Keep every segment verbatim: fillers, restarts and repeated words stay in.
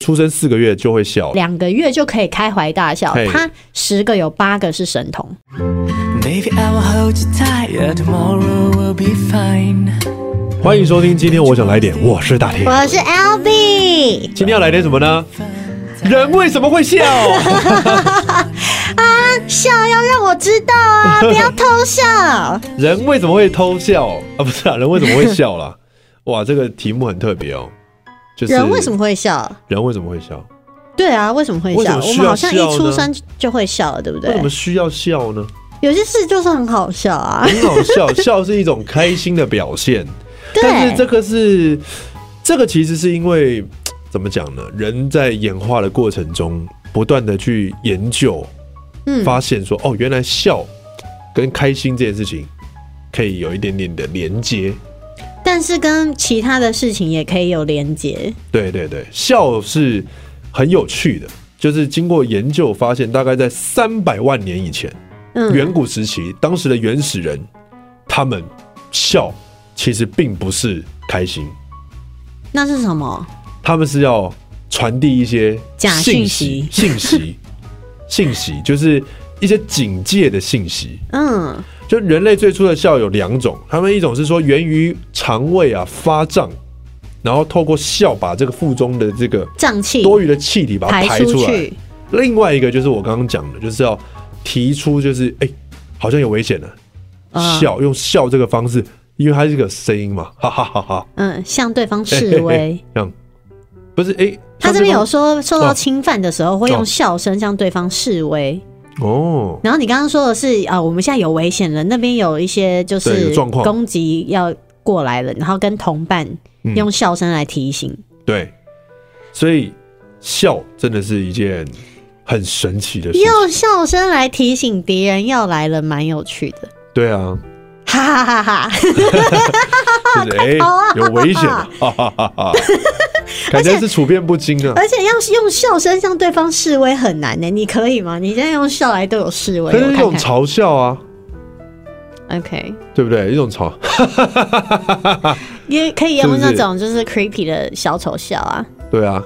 出生四个月就会笑， 两个月就可以开怀大笑，他十个有八个是神童。Maybe I will hold you tight, tomorrow will be fine. 欢迎收听，今天我想来点，我是大天， 我是 L B。 今天要来点什么呢？人为什么会笑？ 啊，笑要让我知道啊，不要偷笑。 人为什么会偷笑啊？不是啊，人为什么会笑啦？哇，这个题目很特别哦。就是、 人为什么会笑？ 人为什么会笑？ 对啊，为什么会笑？我们好像一出生就会笑了，对不对？ 为什么需要笑呢？ 有些事就是很好笑啊， 很好笑，笑是一种开心的表现。但是这个是，这个其实是因为怎么讲呢？人在演化的过程中，不断的去研究，嗯，发现说，哦，原来笑跟开心这件事情可以有一点点的连接。 但是跟其他的事情也可以有连结。对对对，笑是很有趣的，就是经过研究发现，大概在三百万年以前，嗯，远古时期，当时的原始人，他们笑其实并不是开心， 那是什么？他们是要传递一些假讯息， 信息，信息就是一些警戒的信息，嗯。就人类最初的笑有两种，他们一种是说源于肠胃啊发胀，然后透过笑把这个腹中的这个胀气、 多余的气体把它排出来。 出去另外一个就是我刚刚讲的，就是要提出就是哎、欸，好像有危险了，呃、笑用笑这个方式，因为它是一个声音嘛，哈哈哈哈。嗯， 向对方示威，欸欸欸这样不是哎、欸， 他这边有说受到侵犯的时候会用笑声向对方示威。哦，然后你刚刚说的是啊、呃，我们现在有危险了，那边有一些就是攻击要过来了，然后跟同伴用笑声来提醒、嗯。对， 所以笑真的是一件很神奇的事情， 用笑声来提醒敌人要来了，蛮有趣的。 对啊， 哈哈哈哈， 就是哎、欸，有危险了，哈哈哈哈。感觉是处变不惊啊！ 而且要用笑声向对方示威很难呢、欸，你可以吗？你现在用笑来对我示威， 可是一种嘲笑啊。 OK， 对不对？一种嘲， 也可以用那种就是 creepy 的小丑笑啊。 对啊，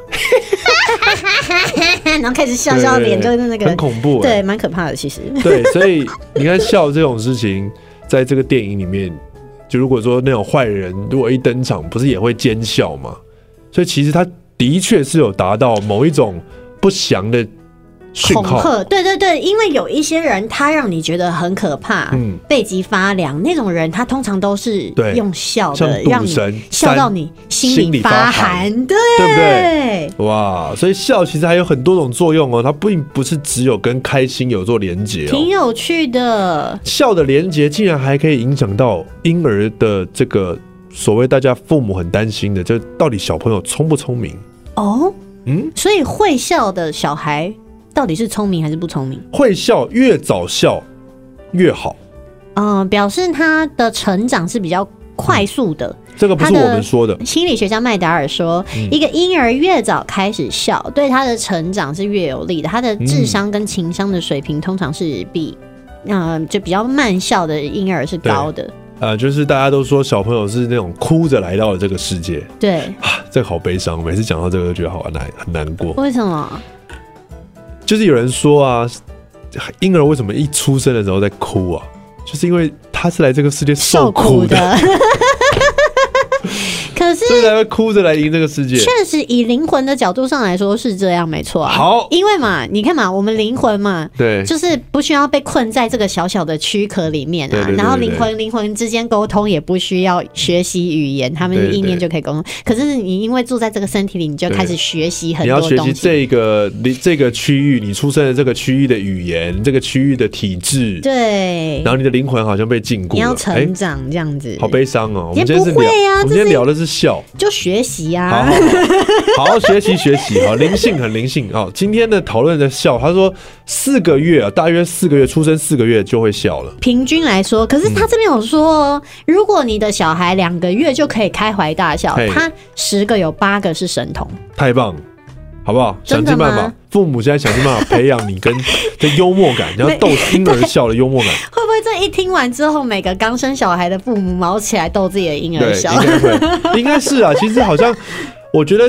然后开始笑笑，脸就是那个很恐怖、欸， 对，蛮可怕的。其实， 对，所以你看笑这种事情，在这个电影里面，就如果说那种坏人如果一登场，不是也会奸笑吗？所以其实他的确是有达到某一种不祥的讯号，恐吓。 对对对，因为有一些人他让你觉得很可怕，嗯，背脊发凉，那种人他通常都是用笑的，让你笑到你心里发寒，对， 对不对？哇，所以笑其实还有很多种作用哦，它并不是只有跟开心有做连结哦， 挺有趣的。 笑的连结竟然还可以影响到婴儿的这个。所谓大家父母很担心的，就到底小朋友聪不聪明？ 哦，嗯，所以会笑的小孩到底是聪明还是不聪明？ 会笑越早笑越好， 嗯、呃，表示他的成长是比较快速的。嗯、 这个不是我们说的。 心理学家麦达尔说、嗯，一个婴儿越早开始笑，对他的成长是越有利的。他的智商跟情商的水平通常是比，嗯、呃，就比较慢笑的婴儿是高的。 呃，就是大家都说小朋友是那种哭着来到了这个世界， 对， 啊，这个好悲伤，每次讲到这个就觉得好难，很难过。 为什么？ 就是有人说啊，婴儿为什么一出生的时候在哭啊？就是因为他是来这个世界受苦的。 受苦的可是， 所以才会哭着来迎这个世界。 确实，以灵魂的角度上来说是这样，没错、啊。 好， 因为嘛，你看嘛，我们灵魂嘛， 对， 就是不需要被困在这个小小的躯壳里面啊。 对对对对对， 然后灵魂灵魂之间沟通也不需要学习语言，他们意念就可以沟通。可是你因为住在这个身体里，你就开始学习很多东西。 你要学习这个这个区域，你出生的这个区域的语言，这个区域的体制。对。然后你的灵魂好像被禁锢了， 你要成长这样子。 欸、好悲伤哦！我们今天是聊，啊、 我们今天聊的是笑， 就学习啊， 好好好好学习学习，好灵性很灵性哦。今天的讨论的笑，他说四个月啊，大约四个月出生四个月就会笑了， 平均来说。可是他这边有说、嗯，如果你的小孩两个月就可以开怀大笑，他十个有八个是神童， 太棒了。好不好？想尽办法，父母现在想尽办法培养你跟的幽默感，然后逗婴儿笑的幽默感。 会不会这一听完之后，每个刚生小孩的父母毛起来逗自己的婴儿笑？ 对，应该会，应该是啊。其实好像我觉得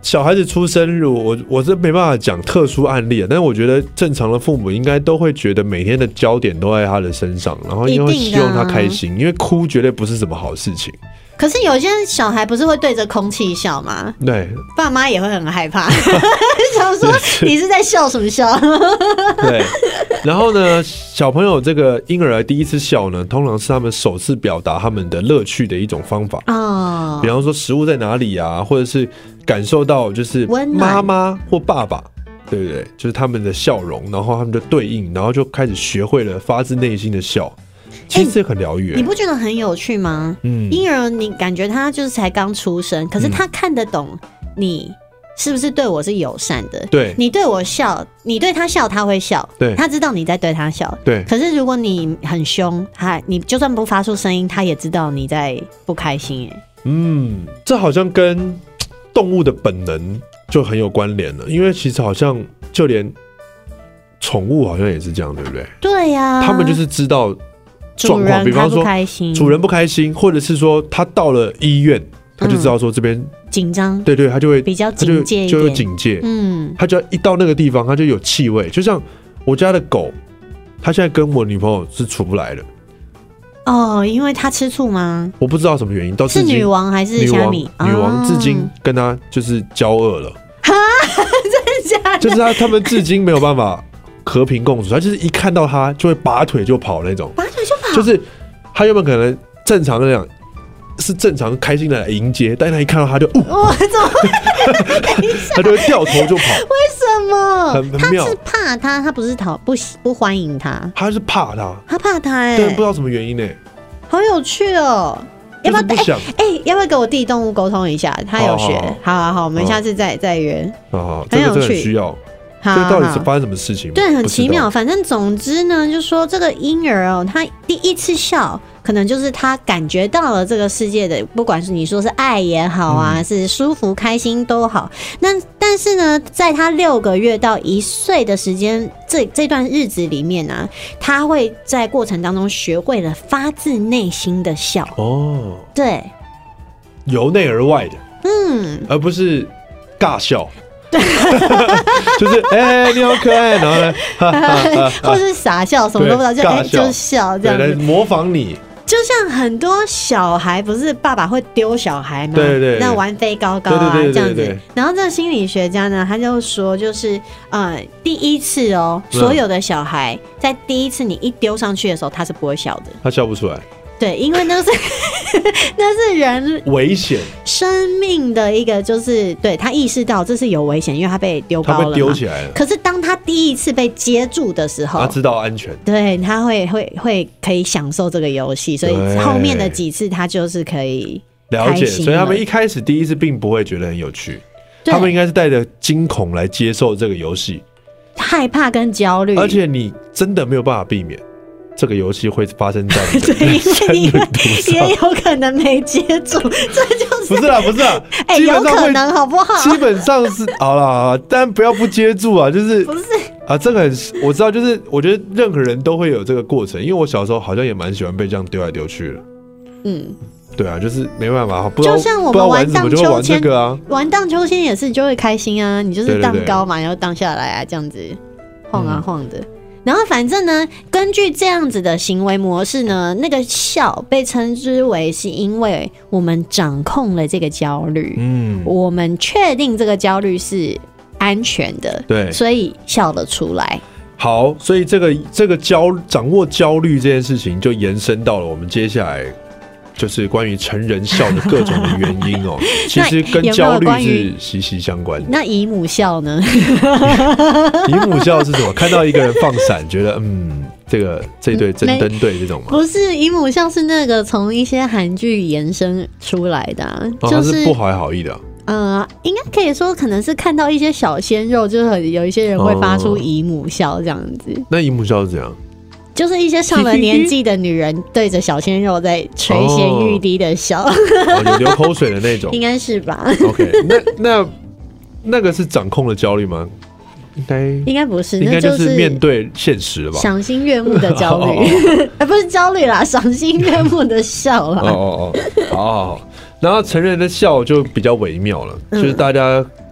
小孩子出生日，我我这没办法讲特殊案例，但是我觉得正常的父母应该都会觉得每天的焦点都在他的身上，然后因为希望他开心，因为哭绝对不是什么好事情。 可是有些小孩不是会对着空气笑吗？ 对， 爸妈也会很害怕，想说你是在笑什么笑？ 对，然后呢，小朋友这个婴儿第一次笑呢，通常是他们首次表达他们的乐趣的一种方法。哦，比方说食物在哪里啊，或者是感受到就是妈妈或爸爸，对不对？就是他们的笑容，然后他们就对应，然后就开始学会了发自内心的笑。其实这很疗愈、欸欸， 你不觉得很有趣吗？嗯，婴儿你感觉他就是才刚出生，可是他看得懂你是不是对我是友善的？ 对， 你对我笑，你对他笑，他会笑， 对， 他知道你在对他笑， 对。 可是如果你很凶，他你就算不发出声音，他也知道你在不开心、欸。 嗯，这好像跟动物的本能就很有关联了，因为其实好像就连宠物好像也是这样，对不对？ 对呀、啊， 他们就是知道。状况，比方说主人不开心，或者是说他到了医院，他就知道说这边紧张， 对对，他就会比较警戒一点， 就有警戒，嗯，他就要一到那个地方，他就有气味，就像我家的狗，他现在跟我女朋友是处不来的。 哦，因为他吃醋吗？ 我不知道什么原因，到是女王还是虾米？ 女王至今跟他就是交恶了， 哈，真的假的？ 就是他他们至今没有办法和平共处，他就是一看到他就会拔腿就跑那种， 拔腿就跑。 就是他原本可能正常的讲是正常开心的来迎接，但是他一看到他就， 我、呃、怎么会？ 他就会掉头就跑。 为什么？ 很很妙。 他是怕他，他不是讨不不欢迎他， 他是怕他， 他怕他哎、欸， 对，不知道什么原因哎、欸， 好有趣哦。要不要不想哎、欸欸？要不要跟我弟动物沟通一下？他有学，好好好，我们下次再再约。 好，很有趣，这个很需要。这到底是发生什么事情？ 对，很奇妙。反正总之呢，就说这个婴儿哦，他第一次笑，可能就是他感觉到了这个世界的，不管是你说是爱也好啊，嗯、是舒服开心都好。那但是呢，在他六个月到一岁的时间，这这段日子里面呢、啊，他会在过程当中学会了发自内心的笑。哦，对， 由内而外的，嗯，而不是尬笑。就是哎、欸，你好可爱，然后呢，哈哈哈哈或是傻笑，什么都不知道，就哎、欸、就笑这样子， 来模仿你。 就像很多小孩，不是爸爸会丢小孩吗？ 对对对， 那玩飞高高啊，这样子。然后这个心理学家呢，他就说，就是呃，第一次哦，所有的小孩在第一次你一丢上去的时候，他是不会笑的， 他笑不出来。 对，因为那是那是人危险生命的一个，就是对他意识到这是有危险，因为他被丢高了嘛， 他被丢起来了。 可是当他第一次被接住的时候， 他知道安全， 对，他会会会可以享受这个游戏，所以后面的几次他就是可以了解。所以他们一开始第一次并不会觉得很有趣，他们应该是带着惊恐来接受这个游戏， 害怕跟焦虑， 而且你真的没有办法避免。这个游戏会发生在你的人生旅途上， 也有可能没接住，这就是不是啦，不是啦， 哎、欸，有可能好不好？ 基本上是好啦，但不要不接住啊，就是不是啊，这个很我知道，就是我觉得任何人都会有这个过程，因为我小时候好像也蛮喜欢被这样丢来丢去的，嗯。对啊，就是没办法，不知道就像我们玩荡秋千啊， 玩荡秋千也是就会开心啊，你就是荡高嘛，然后荡下来啊，这样子晃啊晃的。嗯，然后反正呢，根据这样子的行为模式呢，那个笑被称之为是因为我们掌控了这个焦虑，嗯，我们确定这个焦虑是安全的， 对， 所以笑了出来。 好，所以这个这个焦掌握焦虑这件事情，就延伸到了我们接下来就是关于成人笑的各种的原因哦，其实跟焦虑是息息相关的。 那姨母笑呢？ 姨母笑是什么？看到一个人放闪，觉得嗯，这个这对真登对这种吗？ 不是，姨母笑是那个从一些韩剧延伸出来的、啊， 哦、 就是、 是不怀好意的、啊。 呃，应该可以说，可能是看到一些小鲜肉，就是有一些人会发出姨母笑这样子。 哦、那姨母笑是怎样？ 就是一些上了年纪的女人对着小鲜肉在垂涎欲滴的笑，哦哦、有流口水的那种， 应该是吧 ？OK， 那那那个是掌控的焦虑吗？应该应该不是， 应该就是面对现实了吧？ 赏心悦目的焦虑，呃，不是焦虑啦，赏心悦目的笑啦。 哦哦哦，好好好。然后成人的笑就比较微妙了，嗯、就是大家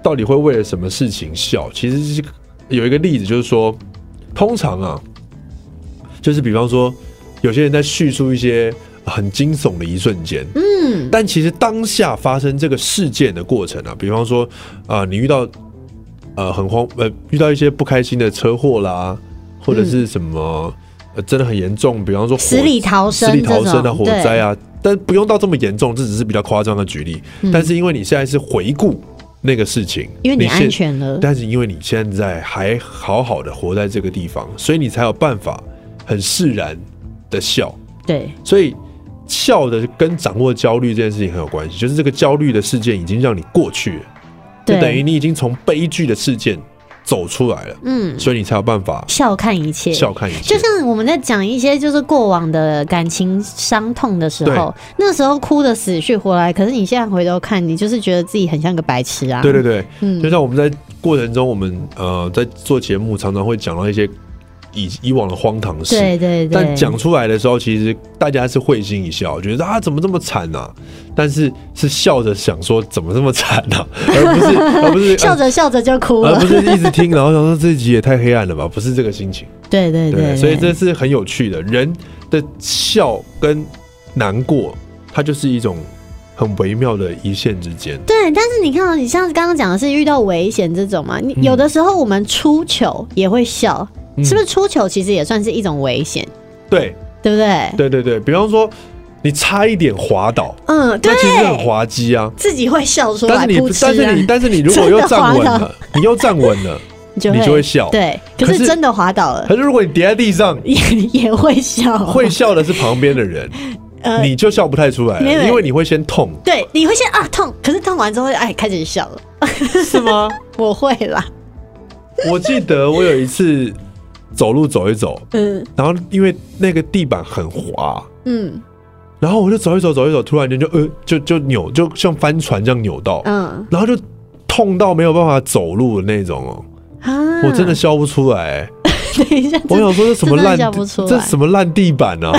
到底会为了什么事情笑？其实是有一个例子，就是说，通常啊，就是比方说，有些人在叙述一些很惊悚的一瞬间，嗯，但其实当下发生这个事件的过程啊，比方说，啊、呃，你遇到呃很慌呃遇到一些不开心的车祸啦，或者是什么、嗯呃、真的很严重，比方说死里逃生、 死里逃生啊、火灾啊，但不用到这么严重，这只是比较夸张的举例、嗯。但是因为你现在是回顾那个事情， 因为你安全了， 但是因为你现在还好好的活在这个地方，所以你才有办法很释然的笑。 对， 所以笑的跟掌握焦虑这件事情很有关系，就是这个焦虑的事件已经让你过去了，就等于你已经从悲剧的事件走出来了，嗯，所以你才有办法笑看一切， 笑看一切。 就像我们在讲一些就是过往的感情伤痛的时候，那时候哭得死去活来，可是你现在回头看，你就是觉得自己很像个白痴啊。 对对对，嗯，就像我们在过程中，我们呃在做节目常常会讲到一些以以往的荒唐事， 对对对， 但讲出来的时候，其实大家是会心一笑，觉得啊怎么这么惨啊？但是是笑着想说怎么这么惨啊，而不是而不是笑着笑着就哭了， 而不是一直听，然后想说这集也太黑暗了吧？不是这个心情。 对对 对, 对, 对， 所以这是很有趣的，人的笑跟难过，它就是一种很微妙的一线之间。 对，但是你看到、喔、你像刚刚讲的是遇到危险这种嘛，你有的时候我们出糗也会笑。嗯、是不是出糗其实也算是一种危险？ 对， 对不对？ 对对对，比方说你差一点滑倒，嗯，对，那其实很滑稽啊， 自己会笑出来。 但是你， 啊、 但是你，但是你如果又站稳了，你又站稳了，你就, 你就会笑。 对，可是真的滑倒了。 可是如果你跌在地上， 也也会笑。 会笑的是旁边的人。呃、你就笑不太出来了，因为你会先痛。 对，你会先啊痛，可是痛完之后，哎，开始笑了。 是吗？ 我会啦。 我记得我有一次走路走一走，嗯，然后因为那个地板很滑，嗯，然后我就走一走走一走，突然间就呃就就扭，就像帆船这样扭到，嗯，然后就痛到没有办法走路的那种哦、喔，啊，我真的笑不出来、欸。 等一下， 我想说这什么烂，这什么烂地板啊！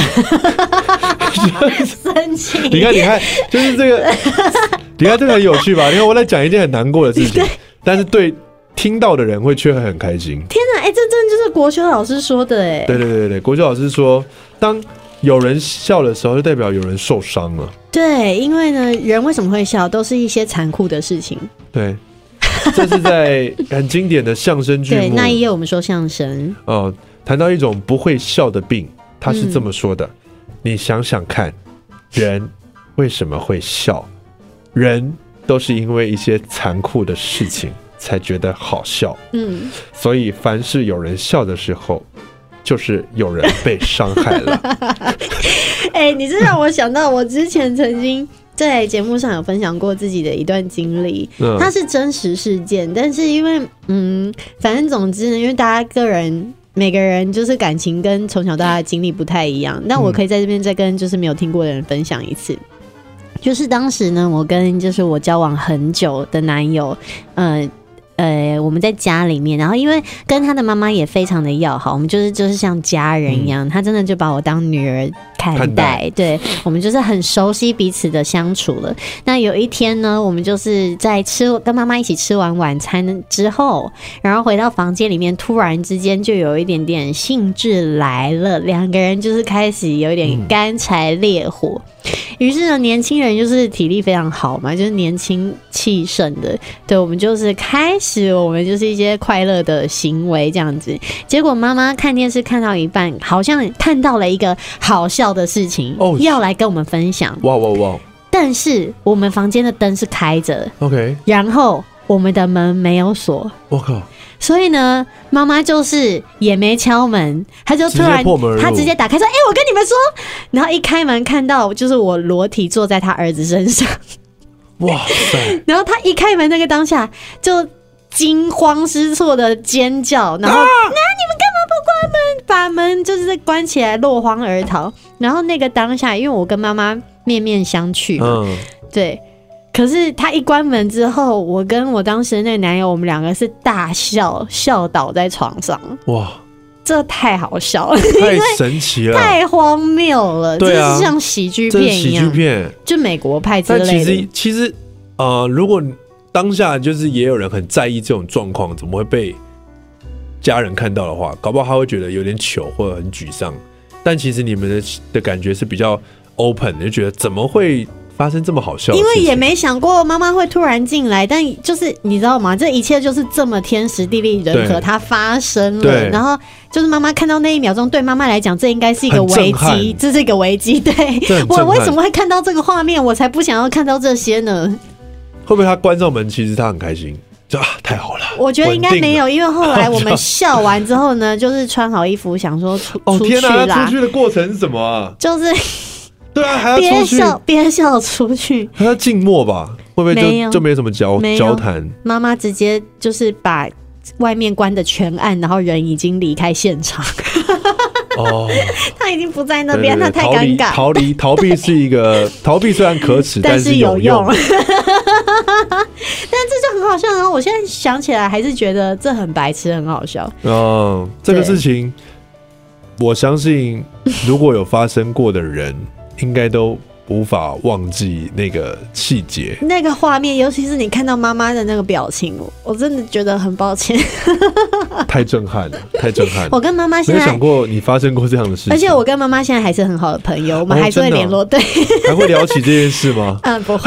生气！ 你看，你看，就是这个，你看这个很有趣吧？你看我在讲一件很难过的事情，但是对听到的人会却会很开心。 天哪，哎、欸，这真的就是国修老师说的哎。 对对对对，国修老师说，当有人笑的时候，就代表有人受伤了。 对，因为呢，人为什么会笑，都是一些残酷的事情。 对。这是在很经典的相声剧目。 对，那一页我们说相声。 哦、呃，谈到一种不会笑的病，他是这么说的：嗯、你想想看，人为什么会笑？人都是因为一些残酷的事情才觉得好笑。嗯，所以凡是有人笑的时候，就是有人被伤害了。 哎、欸，你这让我想到我之前曾经在节目上有分享过自己的一段经历，嗯、它是真实事件，但是因为嗯，反正总之呢，因为大家个人每个人就是感情跟从小到大的经历不太一样，但我可以在这边再跟就是没有听过的人分享一次。就是当时呢，我跟就是我交往很久的男友，呃。呃，我们在家里面，然后因为跟他的妈妈也非常的要好，我们就是就是像家人一样，嗯、他真的就把我当女儿看待，看待对，我们就是很熟悉彼此的相处了。那有一天呢，我们就是在吃跟妈妈一起吃完晚餐之后，然后回到房间里面，突然之间就有一点点兴致来了，两个人就是开始有一点干柴烈火。于是呢，年轻人就是体力非常好嘛，就是年轻气盛的，对，我们就是开始，我们就是一些快乐的行为这样子。结果妈妈看电视看到一半，好像看到了一个好笑的事情，哦、要来跟我们分享。 哇哇哇！ 但是我们房间的灯是开着 ，OK， 然后我们的门没有锁， 我靠！ 所以呢，妈妈就是也没敲门，她就突然她直接打开说：“哎、欸，我跟你们说。”然后一开门看到就是我裸体坐在她儿子身上， 哇塞！ 然后她一开门那个当下就惊慌失措的尖叫，然后那、啊、你们干嘛不关门？把门就是关起来，落荒而逃。然后那个当下，因为我跟妈妈面面相觑嘛，嗯、对。可是他一关门之后，我跟我当时的那个男友，我们两个是大笑，笑倒在床上。哇，这太好笑了， 太神奇了， 太荒谬了， 对啊， 这是像喜剧片一样， 喜剧片， 就美国派之类的。 但其实，其实呃，如果当下就是也有人很在意这种状况，怎么会被家人看到的话，搞不好他会觉得有点糗或者很沮丧。但其实你们 的, 的感觉是比较 open 的，就觉得怎么会发生这么好笑的事情？ 因为也没想过妈妈会突然进来，但就是你知道吗？这一切就是这么天时地利人和，它发生了。然后就是妈妈看到那一秒钟，对妈妈来讲，这应该是一个危机，这是一个危机。对，我为什么会看到这个画面？我才不想要看到这些呢。 会不会他关上门，其实他很开心？就啊，太好了！ 我觉得应该没有，因为后来我们笑完之后呢，就是穿好衣服，想说出哦出去啦。 天哪，出去的过程是什么啊？ 就是对啊，还要出去憋笑憋笑出去， 还要静默吧？会不会就没就没什么交交谈？ 妈妈直接就是把外面关的全暗，然后人已经离开现场。哦，他已经不在那边，他太尴尬。 逃离逃避是一个逃避，虽然可耻，但是有用。 但这就很好笑，然后我现在想起来还是觉得这很白痴，很好笑。 嗯，这个事情，我相信如果有发生过的人，应该都无法忘记那个细节、 那个画面，尤其是你看到妈妈的那个表情，我真的觉得很抱歉。 太震撼了，太震撼了！ 我跟妈妈现在没有想过你发生过这样的事情， 而且我跟妈妈现在还是很好的朋友，我们还是会联络。对， 还会聊起这件事吗？ 嗯，不会。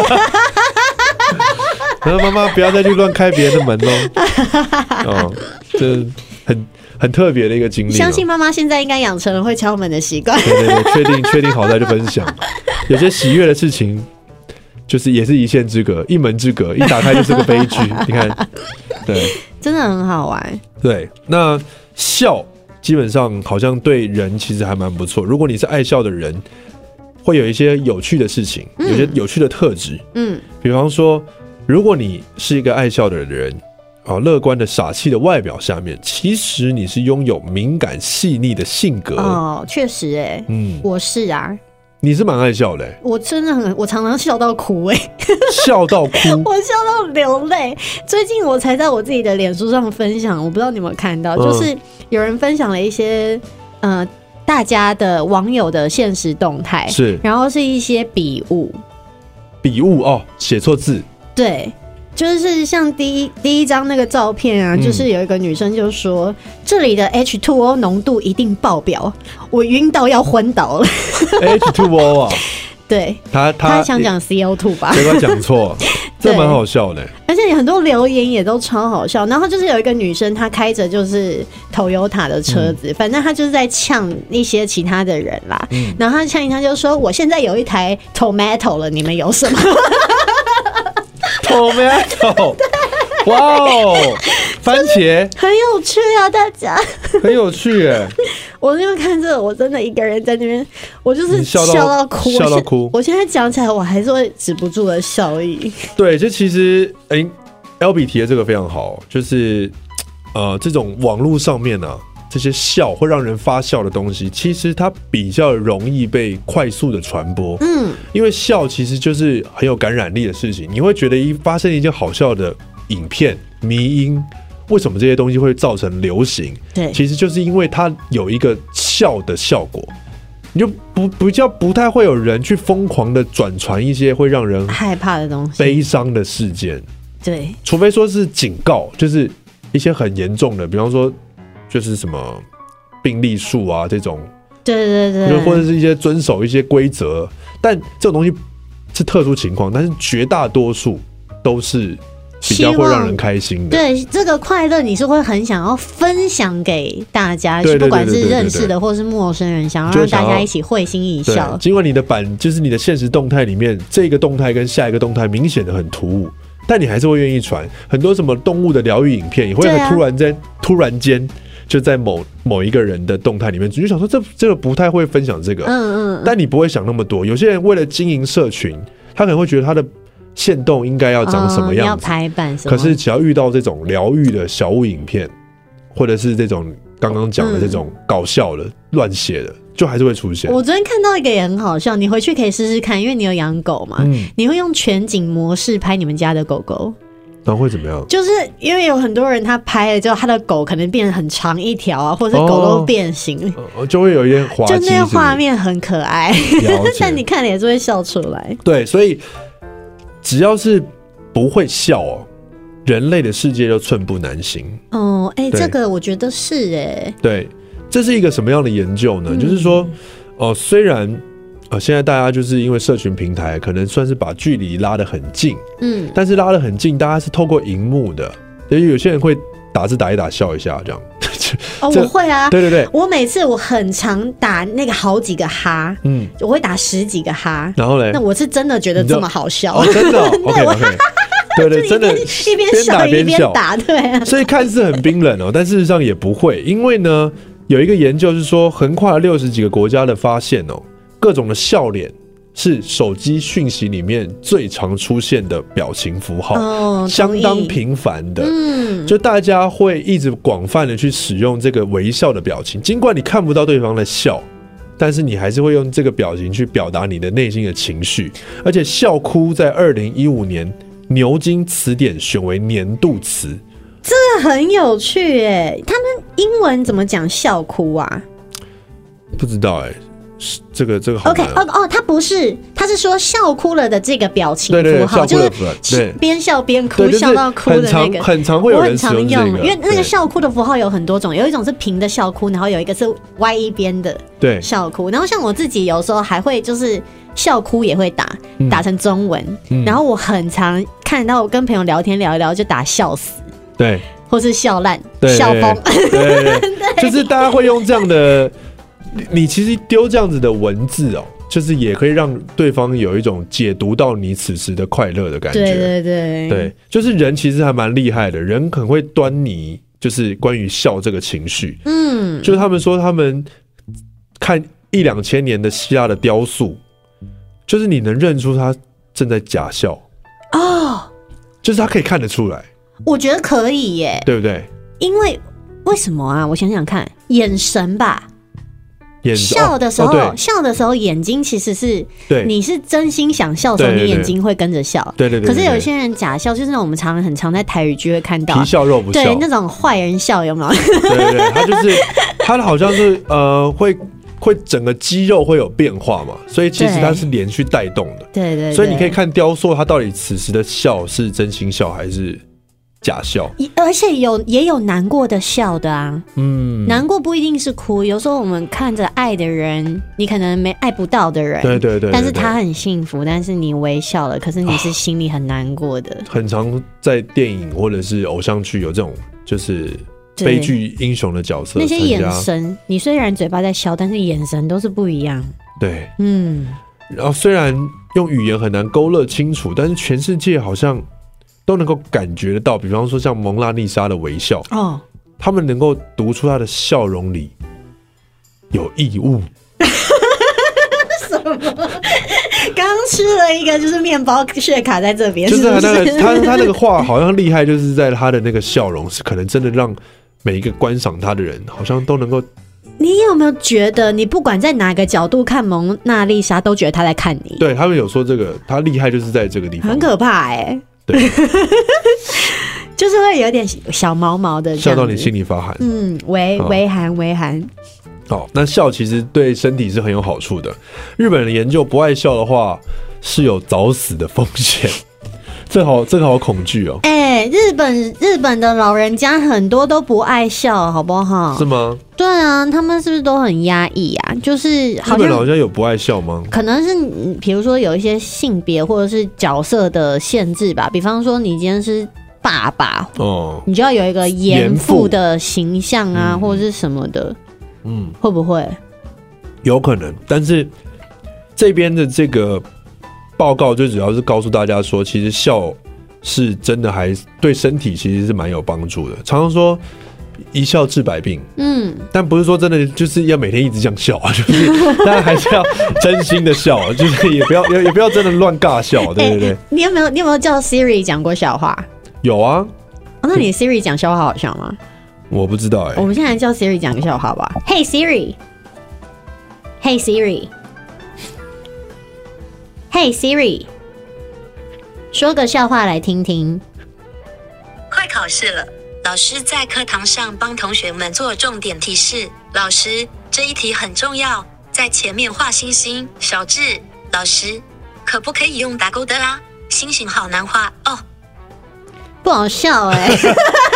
然后妈妈不要再去乱开别人的门喽。哦，这很很特别的一个经历。 相信妈妈现在应该养成了会敲门的习惯。 对对对，确定确定好再就分享。有些喜悦的事情，就是也是一线之隔，一门之隔，一打开就是个悲剧。你看，对， 真的很好玩。 对，那笑基本上好像对人其实还蛮不错。如果你是爱笑的人，会有一些有趣的事情，有些有趣的特质。嗯，比方说，如果你是一个爱笑的人，啊，乐观的傻气的外表下面，其实你是拥有敏感细腻的性格。 哦，确实哎、欸，嗯，我是啊。 你是蛮爱笑的、欸， 我真的很，我常常笑到哭哎、欸， 笑到哭， 我笑到流泪。最近我才在我自己的脸书上分享，我不知道你有没有看到，嗯、就是有人分享了一些呃大家的网友的现实动态， 是， 然后是一些笔误， 笔误哦，写错字， 对。就是像第一第一张那个照片啊，嗯、就是有一个女生就说这里的 H 二 O 浓度一定爆表，我晕到要昏倒了。 H 二 O 啊， 对， 他他他想讲 C O 二 吧？ 结果讲错，这蛮好笑的。 而且很多留言也都超好笑。然后就是有一个女生，她开着就是 Toyota 的车子，嗯、反正她就是在呛一些其他的人啦。嗯、然后她呛一呛就说：“我现在有一台 Tomato 了，你们有什么？” Tomato， 哇哦，番茄很有趣啊，大家很有趣耶！ 我因为看这个，我真的一个人在那边，我就是笑到, 笑到哭， 笑到哭。 我现在讲起来，我还是会止不住的笑意。 对，这其实哎、欸、，L B 提的这个非常好，就是呃，这种网络上面啊，这些笑会让人发笑的东西，其实它比较容易被快速的传播。嗯，因为笑其实就是很有感染力的事情，你会觉得一发生一件好笑的影片、迷因，为什么这些东西会造成流行？ 对， 其实就是因为它有一个笑的效果，你就不比较不太会有人去疯狂的转传一些会让人害怕的东西、 悲伤的事件。 对， 除非说是警告，就是一些很严重的，比方说。就是什么病例数啊这种， 对对对， 或者是一些遵守一些规则，但这种东西是特殊情况，但是绝大多数都是比较会让人开心的。 对，这个快乐你是会很想要分享给大家，不管是认识的或是陌生人，想要让大家一起会心一笑。 尽管你的版就是你的现实动态里面，这个动态跟下一个动态明显的很突兀，但你还是会愿意传很多什么动物的疗愈影片，也会突然间、啊、突然间。就在某某一个人的动态里面，你就想说这这个不太会分享这个，嗯嗯，但你不会想那么多。有些人为了经营社群，他可能会觉得他的限动应该要长什么样子， 要排版什么。 可是只要遇到这种疗愈的小物影片，或者是这种刚刚讲的这种搞笑的、乱写的，就还是会出现。 我昨天看到一个也很好笑，你回去可以试试看，因为你有养狗嘛，嗯、你会用全景模式拍你们家的狗狗。 然后会怎么样？就是因为有很多人他拍了之后，他的狗可能变得很长一条啊，或者是狗都变形， 哦、就会有一点滑稽， 就那个画面很可爱，但你看了也是会笑出来。 对，所以只要是不会笑哦，人类的世界就寸步难行。 哦，哎、欸，这个我觉得是哎、欸。 对，这是一个什么样的研究呢？嗯、就是说，哦、呃，虽然呃现在大家就是因为社群平台，可能算是把距离拉得很近，嗯，但是拉得很近，大家是透过荧幕的，所以有些人会打字打一打笑一下这样。 哦，我会啊， 对对对， 我每次我很常打那个好几个哈，嗯，我会打十几个哈， 然后嘞， 那我是真的觉得这么好笑， 哦，真的、哦、，OK OK， 对对，真的， 一边笑一边打，对、啊， 所以看似很冰冷哦，但事实上也不会，因为呢，有一个研究是说，横跨了六十几个国家的发现哦，各种的笑脸是手机讯息里面最常出现的表情符号，哦、相当频繁的。嗯，就大家会一直广泛的去使用这个微笑的表情，尽管你看不到对方的笑，但是你还是会用这个表情去表达你的内心的情绪。而且笑哭在二零一五年牛津词典选为年度词， 这个很有趣耶。他们英文怎么讲笑哭啊？ 不知道哎。这个这个好难、啊、 OK 哦哦，他不是，他是说笑哭了的这个表情符号，就是边笑边哭，笑到哭的那个， 很常会有人使用这个， 因为那个笑哭的符号有很多种，有一种是平的笑哭，然后有一个是歪一边的笑哭，然后像我自己有时候还会就是笑哭也会打，嗯、打成中文、嗯，然后我很常看到我跟朋友聊天聊一聊就打笑死， 对， 或是笑烂、笑疯， 对对对，对，就是大家会用这样的。你其实丢这样子的文字哦，就是也可以让对方有一种解读到你此时的快乐的感觉。 对对对， 对，就是人其实还蛮厉害的，人很会端倪，就是关于笑这个情绪。嗯，就是他们说他们看一两千年的希腊的雕塑，就是你能认出他正在假笑哦，就是他可以看得出来。 我觉得可以耶， 对不对？ 因为为什么啊？我想想看，眼神吧。笑的时候、哦，笑的时候，眼睛其实是，你是真心想笑的时候，你眼睛会跟着笑。 对对 对, 对, 对, 对。 可是有些人假笑，就是那种我们常很常在台语剧会看到， 皮笑肉不笑， 对，那种坏人笑有没有？ 对对对，他就是他好像是呃会会整个肌肉会有变化嘛，所以其实它是连续带动的。 对 对, 对。 所以你可以看雕塑，他到底此时的笑是真心笑还是假笑， 而且有也有难过的笑的啊，嗯，难过不一定是哭，有时候我们看着爱的人，你可能没爱不到的人， 对对 对, 对, 对， 但是他很幸福，但是你微笑了，可是你是心里很难过的。 很常在电影或者是偶像剧有这种就是悲剧英雄的角色， 那些眼神，你虽然嘴巴在笑，但是眼神都是不一样。 对，嗯，然后虽然用语言很难勾勒清楚，但是全世界好像都能够感觉得到，比方说像蒙娜丽莎的微笑，哦，他们能够读出她的笑容里有异物。 什么？刚刚吃了一个就是面包屑卡在这边， 就是他那个他他那个画好像厉害，就是在他的那个笑容是可能真的让每一个观赏他的人好像都能够。 你有没有觉得，你不管在哪个角度看蒙娜丽莎，都觉得他在看你？ 对，他们有说这个他厉害就是在这个地方， 很可怕哎、欸。对，就是会有点小毛毛的， 笑到你心里发寒。 嗯，微微寒微寒。 好，那笑其实对身体是很有好处的。日本人的研究，不爱笑的话是有早死的风险。这好，这个好恐惧哦。 哎、欸，日本日本的老人家很多都不爱笑，好不好？ 是吗？ 对啊，他们是不是都很压抑啊？就是好像日本老人家有不爱笑吗？ 可能是比如说有一些性别或者是角色的限制吧。比方说，你今天是爸爸，哦，你就要有一个严父的形象啊，嗯、或者是什么的。嗯，会不会？ 有可能，但是这边的这个报告就主要是告诉大家说，其实笑是真的还对身体其实是蛮有帮助的。常常说一笑治百病，嗯，但不是说真的就是要每天一直这样笑啊，就是当然还是要真心的笑，就是也不要也不要真的乱尬笑，对不对？欸、 你有没有你有没有叫 Siri 讲过笑话？ 有啊。 哦、那你 Siri 讲笑话好笑吗？ 我不知道哎、欸。 我们现在叫 Siri 讲个笑话吧。Hey Siri，Hey Siri。Hey Siri， 说个笑话来听听。 快考试了，老师在课堂上帮同学们做重点提示。老师，这一题很重要，在前面画星星。小智，老师，可不可以用打勾的啦？星星好难画哦。 不好笑哎、欸。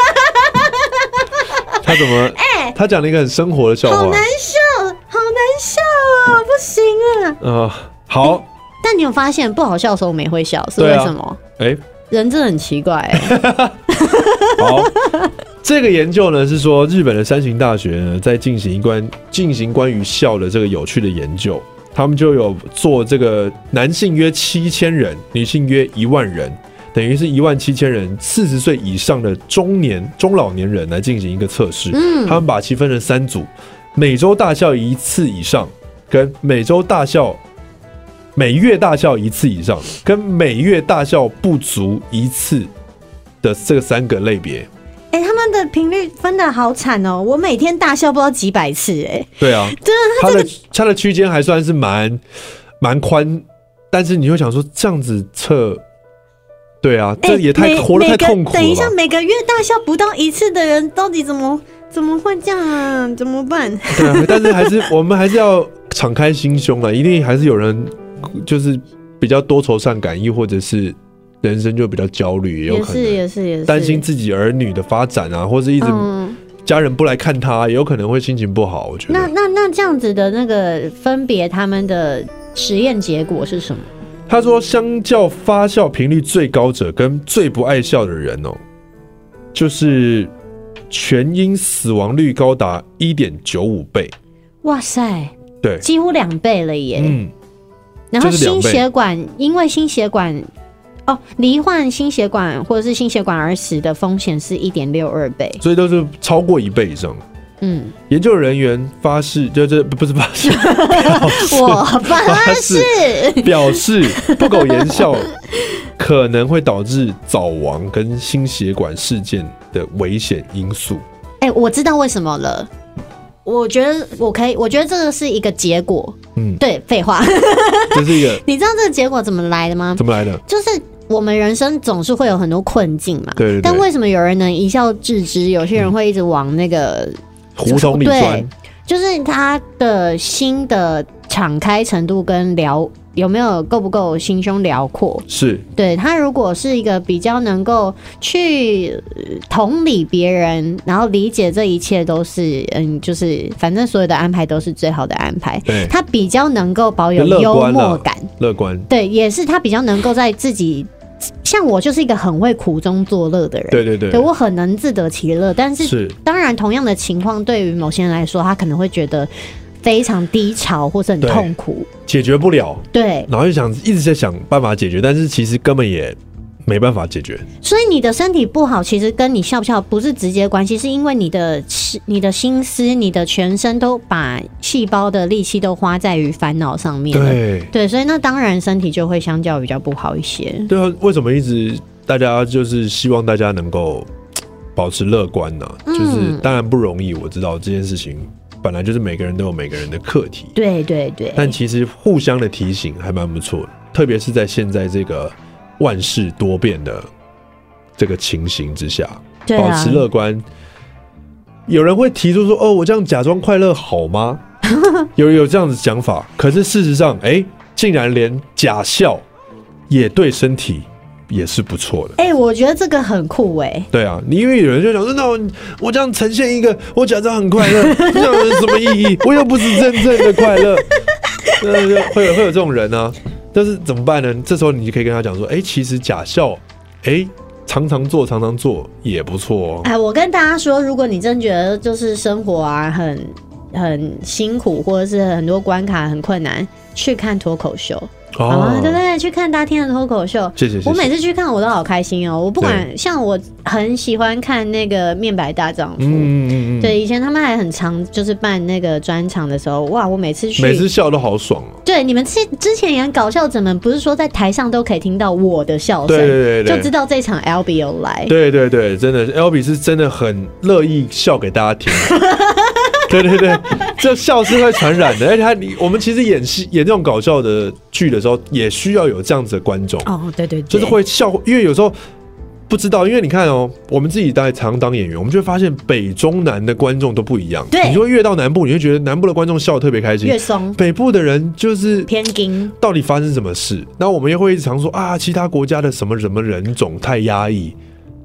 他怎么？哎、欸，他讲了一个很生活的笑话， 好难笑，好难笑啊，不行啊。 呃，好、欸。 但你有发现不好笑的时候我们也会笑，是为什么？哎、欸，人真的很奇怪哎、欸。 好，这个研究呢是说，日本的山形大学呢在进行一关进行关于笑的这个有趣的研究，他们就有做这个男性约七千人，女性约一万人。等于是一万七千人，四十岁以上的中年中老年人来进行一个测试。嗯，他们把其分成三组，每周大笑一次以上，跟每周大笑每月大笑一次以上，跟每月大笑不足一次的这个三个类别。 哎、欸，他们的频率分得好惨哦！我每天大笑不知道几百次、欸，哎， 对啊， 真的， 他的他的区间还算是蛮蛮宽，但是你会想说这样子测。对啊，这也太、欸、活得太痛苦了吧。 等一下，每个月大笑不到一次的人，到底怎么怎么会这样啊？怎么办？ 对啊，但是还是我们还是要敞开心胸啊！一定还是有人就是比较多愁善感，亦或者是人生就比较焦虑，也有可能也是也是也是担心自己儿女的发展啊，或者一直家人不来看他，也有可能会心情不好。我觉得那那那这样子的那个分别，他们的实验结果是什么？ 他说，相较发笑频率最高者跟最不爱笑的人哦，就是全因死亡率高达 一点九五 倍。 哇塞， 对， 几乎两倍了耶。嗯，然后心血管，因为心血管哦，罹患心血管或者是心血管而死的风险是 一点六二 倍， 所以都是超过一倍以上。嗯，研究人员发誓，就这不是发誓， 我发誓表示不苟言笑可能会导致早亡跟心血管事件的危险因素。 哎、欸，我知道为什么了。我觉得我可以，我觉得这个是一个结果。嗯，对，废话， 这是一个。 你知道这个结果怎么来的吗？ 怎么来的？ 就是我们人生总是会有很多困境嘛。 对对对。 但为什么有人能一笑置之？有些人会一直往那个。嗯胡同里钻， 就是他的心的敞开程度跟辽有没有够不够心胸辽阔？ 是对他如果是一个比较能够去同理别人，然后理解这一切都是嗯，就是反正所有的安排都是最好的安排。 对， 他比较能够保有幽默感， 乐观。 对，也是他比较能够在自己。像我就是一个很会苦中作乐的人， 对对对， 对我很能自得其乐。但是当然，同样的情况对于某些人来说，他可能会觉得非常低潮或是很痛苦， 解决不了。 对， 然后就想一直在想办法解决，但是其实根本也没办法解决。 所以你的身体不好，其实跟你笑不笑不是直接关系，是因为你的你的心思、你的全身都把细胞的力气都花在于烦恼上面了。 对对，所以那当然身体就会相较比较不好一些。 对啊，为什么一直大家就是希望大家能够保持乐观呢、啊嗯？就是当然不容易，我知道这件事情本来就是每个人都有每个人的课题。 对对对， 但其实互相的提醒还蛮不错的，特别是在现在这个万事多变的这个情形之下， 对啊、 保持乐观。有人会提出说：“哦，我这样假装快乐好吗？”有有这样子讲法，可是事实上，哎、欸，竟然连假笑也对身体也是不错的。 哎、欸，我觉得这个很酷哎、欸。 对啊，你因为有人就想说：“那我我这样呈现一个我假装很快乐，这样有什么意义？我又不是真正的快乐。”对对，会有会有这种人啊。但是怎么办呢？这时候你就可以跟他讲说：“哎、欸，其实假笑，哎、欸，常常做，常常做也不错哦。” 哎，我跟大家说，如果你真觉得就是生活啊很很辛苦，或者是很多关卡很困难，去看脱口秀。好啊，对不对？去看大天的脱口秀， 谢谢谢谢。 我每次去看我都好开心哦。我不管，像我很喜欢看那个面白大丈夫，嗯嗯嗯，对，以前他们还很常就是办那个专场的时候，哇，我每次去， 每次笑都好爽哦。 对，你们之之前演搞笑者们，不是说在台上都可以听到我的笑声， 对对对对， 就知道这场 Albee 有来。 对对对，真的 Albee 是真的很乐意笑给大家听。对对对，这笑是会传染的，而且他我们其实演戏演这种搞笑的剧的时候，也需要有这样子的观众。 哦，对对对， 就是会笑，因为有时候不知道，因为你看哦，我们自己大概常当演员，我们就会发现北中南的观众都不一样。 对， 你就会越到南部，你会觉得南部的观众笑得特别开心， 越松； 北部的人就是偏硬。 到底发生什么事？那我们又会一直常说啊，其他国家的什么什么人种太压抑。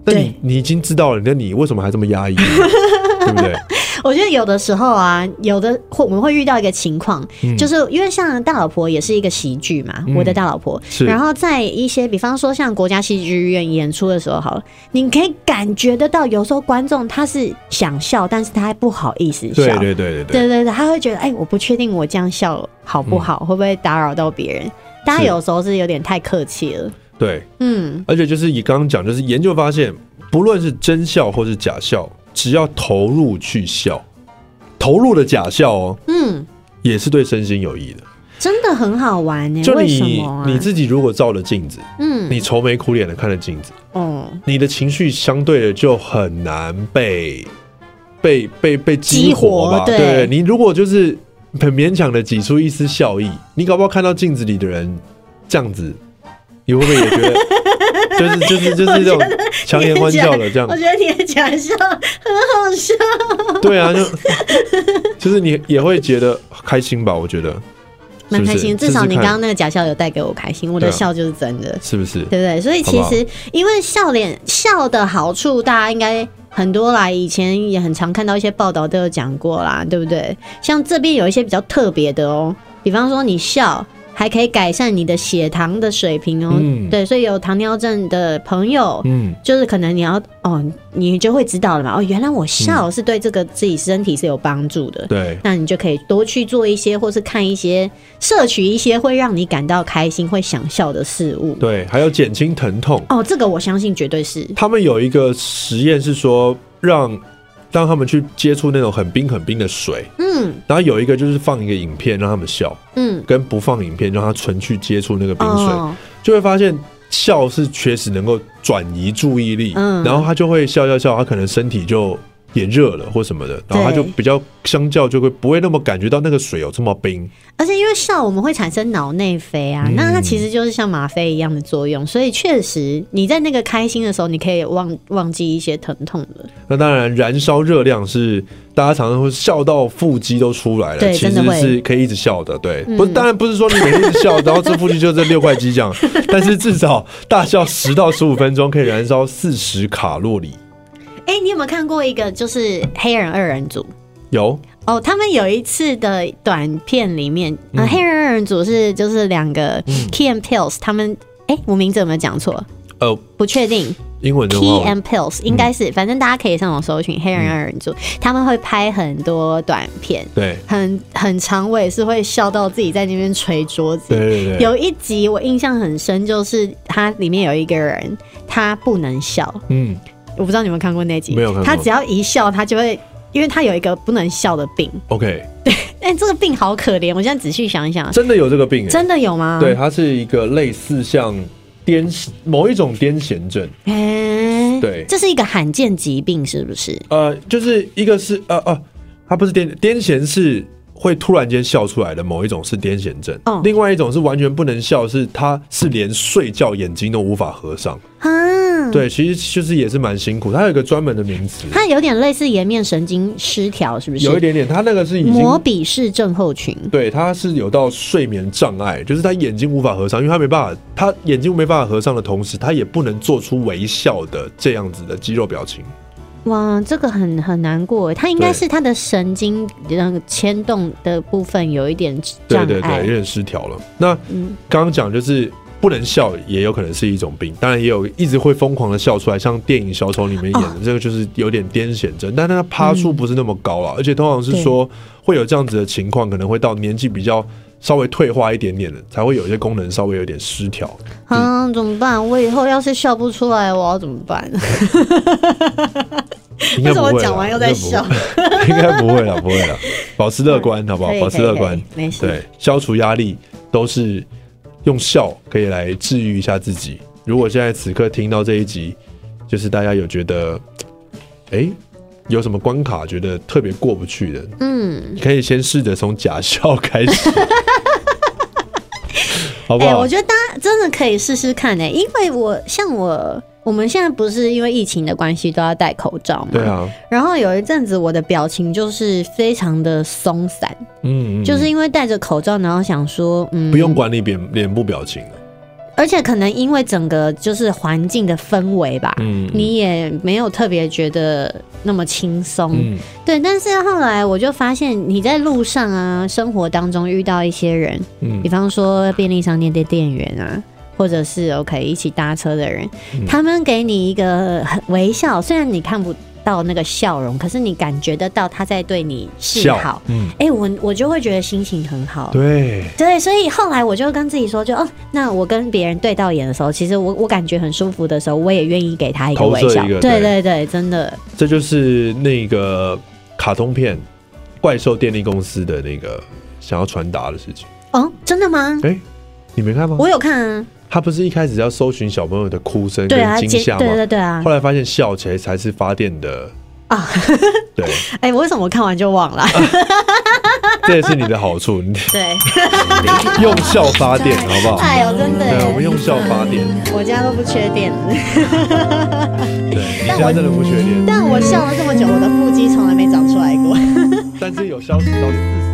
那你你已经知道了，那你为什么还这么压抑？对不对？ 我觉得有的时候啊，有的我们会遇到一个情况、嗯，就是因为像大老婆也是一个喜剧嘛，嗯、我的大老婆。然后在一些比方说像国家戏剧院演出的时候，好了，你可以感觉得到，有时候观众他是想笑，但是他还不好意思笑。 对对对对对对对对，他会觉得，哎、欸，我不确定我这样笑好不好，嗯、会不会打扰到别人？大家有时候是有点太客气了。 对，嗯，而且就是你刚刚讲，就是研究发现，不论是真笑或是假笑。只要投入去笑，投入的假笑哦，嗯，也是对身心有益的， 真的很好玩呢。 就你为什么、啊、 你自己如果照了镜子，嗯，你愁眉苦脸的看着镜子，哦，你的情绪相对的就很难被被被被激活吧？ 对， 对，你如果就是很勉强的挤出一丝笑意，你搞不好看到镜子里的人这样子，你会不会也觉得？就是就是就是这种强颜欢笑的这样， 我觉得你的假笑很好笑。 对啊，就就是你也会觉得开心吧？我觉得蛮开心，至少你刚刚那个假笑有带给我开心，我的笑就是真的， 是不是？ 对不对？所以其实因为笑脸笑的好处，大家应该很多啦，以前也很常看到一些报道都有讲过啦，对不对？像这边有一些比较特别的哦，比方说你笑。还可以改善你的血糖的水平哦，嗯、对，所以有糖尿症的朋友，嗯，就是可能你要哦，你就会知道了嘛，哦，原来我笑是对这个自己身体是有帮助的， 对、嗯， 那你就可以多去做一些，或是看一些，摄取一些会让你感到开心、会想笑的事物， 对，还有减轻疼痛， 哦，这个我相信绝对是。 他们有一个实验是说让。让他们去接触那种很冰很冰的水，嗯，然后有一个就是放一个影片让他们笑，嗯，跟不放影片让他纯去接触那个冰水，哦、就会发现笑是确实能够转移注意力，嗯，然后他就会笑笑笑，他可能身体就也热了或什么的，然后他就比较相较就会不会那么感觉到那个水有这么冰。 而且因为笑我们会产生脑内啡啊、嗯，那它其实就是像吗啡一样的作用，所以确实你在那个开心的时候，你可以忘忘记一些疼痛的。 那当然，燃烧热量是大家常常会笑到腹肌都出来了， 对， 其实是可以一直笑的，对，嗯、不，当然不是说你每天一直笑，然后这腹肌就这六块肌这样，但是至少大笑十到十五分钟可以燃烧四十卡路里。 哎、欸，你有没有看过一个就是黑人二人组？ 有。 哦，他们有一次的短片里面，嗯呃、黑人二人组是就是两个 Key and Peele， 他们哎、欸，我名字有没有讲错？呃，不确定。 英文的 Key and Peele 应该是、嗯，反正大家可以上网搜寻黑人二人组、嗯，他们会拍很多短片， 对， 很很长，我也是会笑到自己在那边捶桌子。 对对对。 有一集我印象很深，就是他里面有一个人，他不能笑，嗯。我不知道你们看过那集， 没有看过。 他只要一笑，他就会，因为他有一个不能笑的病。 OK， 对，哎、欸，这个病好可怜。我现在仔细想一想， 真的有这个病、欸？ 真的有吗？ 对，它是一个类似像癫某一种癫痫症。哎、欸，对， 这是一个罕见疾病，是不是？ 呃，就是一个是呃呃，它不是癫癫痫是会突然间笑出来的某一种是癫痫症、哦，另外一种是完全不能笑，是它是连睡觉眼睛都无法合上。啊，对，其实就是也是蛮辛苦，它有一个专门的名词， 它有点类似颜面神经失调，是不是？ 有一点点，它那个是已经摩比氏症候群， 对，它是有到睡眠障碍，就是他眼睛无法合上，因为他没办法，他眼睛没办法合上的同时，他也不能做出微笑的这样子的肌肉表情。 哇，这个很很难过，他应该是他的神经牵动的部分有一点障碍， 对对对，有点失调了。那刚刚讲就是不能笑，也有可能是一种病，当然也有一直会疯狂的笑出来，像电影《小丑》里面演的、哦、这个就是有点癫痫症，但他趴数不是那么高啦、嗯，而且通常是说会有这样子的情况，可能会到年纪比较稍微退化一点点的，才会有一些功能稍微有点失调。 啊、嗯，怎么办？我以后要是笑不出来，我要怎么办？ 应该不会， 我讲完又在笑， 应该不会了，不会了，保持乐观，好不好？保持乐观， 没事。 对，消除压力都是用笑可以来治愈一下自己。如果现在此刻听到这一集，就是大家有觉得，哎、欸，有什么关卡觉得特别过不去的，嗯，可以先试着从假笑开始。好不好？ 欸、我觉得大家真的可以试试看哎、欸，因为我像我，我们现在不是因为疫情的关系都要戴口罩嘛？ 对啊。 然后有一阵子我的表情就是非常的松散，嗯，嗯，就是因为戴着口罩，然后想说，嗯， 不用管理脸脸部表情了。 而且可能因为整个就是环境的氛围吧，嗯，你也没有特别觉得那么轻松，嗯，对。但是后来我就发现，你在路上啊，生活当中遇到一些人，嗯，比方说便利商店的店员啊，或者是 OK 一起搭车的人，嗯，他们给你一个微笑，虽然你看不到那个笑容，可是你感觉得到他在对你示好，嗯，哎、欸，我我就会觉得心情很好， 对对，所以后来我就跟自己说，就哦，那我跟别人对到眼的时候，其实我我感觉很舒服的时候，我也愿意给他一个微笑，对对 对, 对，真的， 这就是那个卡通片《怪兽电力公司》的那个想要传达的事情。 哦，真的吗？ 哎、欸，你没看吗？ 我有看啊。 他不是一开始要搜寻小朋友的哭声跟惊吓吗？ 对对对啊！ 后来发现笑起来才是发电的啊。对， 哎、欸，我为什么我看完就忘了？ 这也是你的好处。 对， 用笑发电，好不好？ 哎呦，真的， 对，我们用笑发电。 我家都不缺电。 对，你家真的不缺电。 但我笑了这么久，我的腹肌从来没长出来过。 但是有消失到四。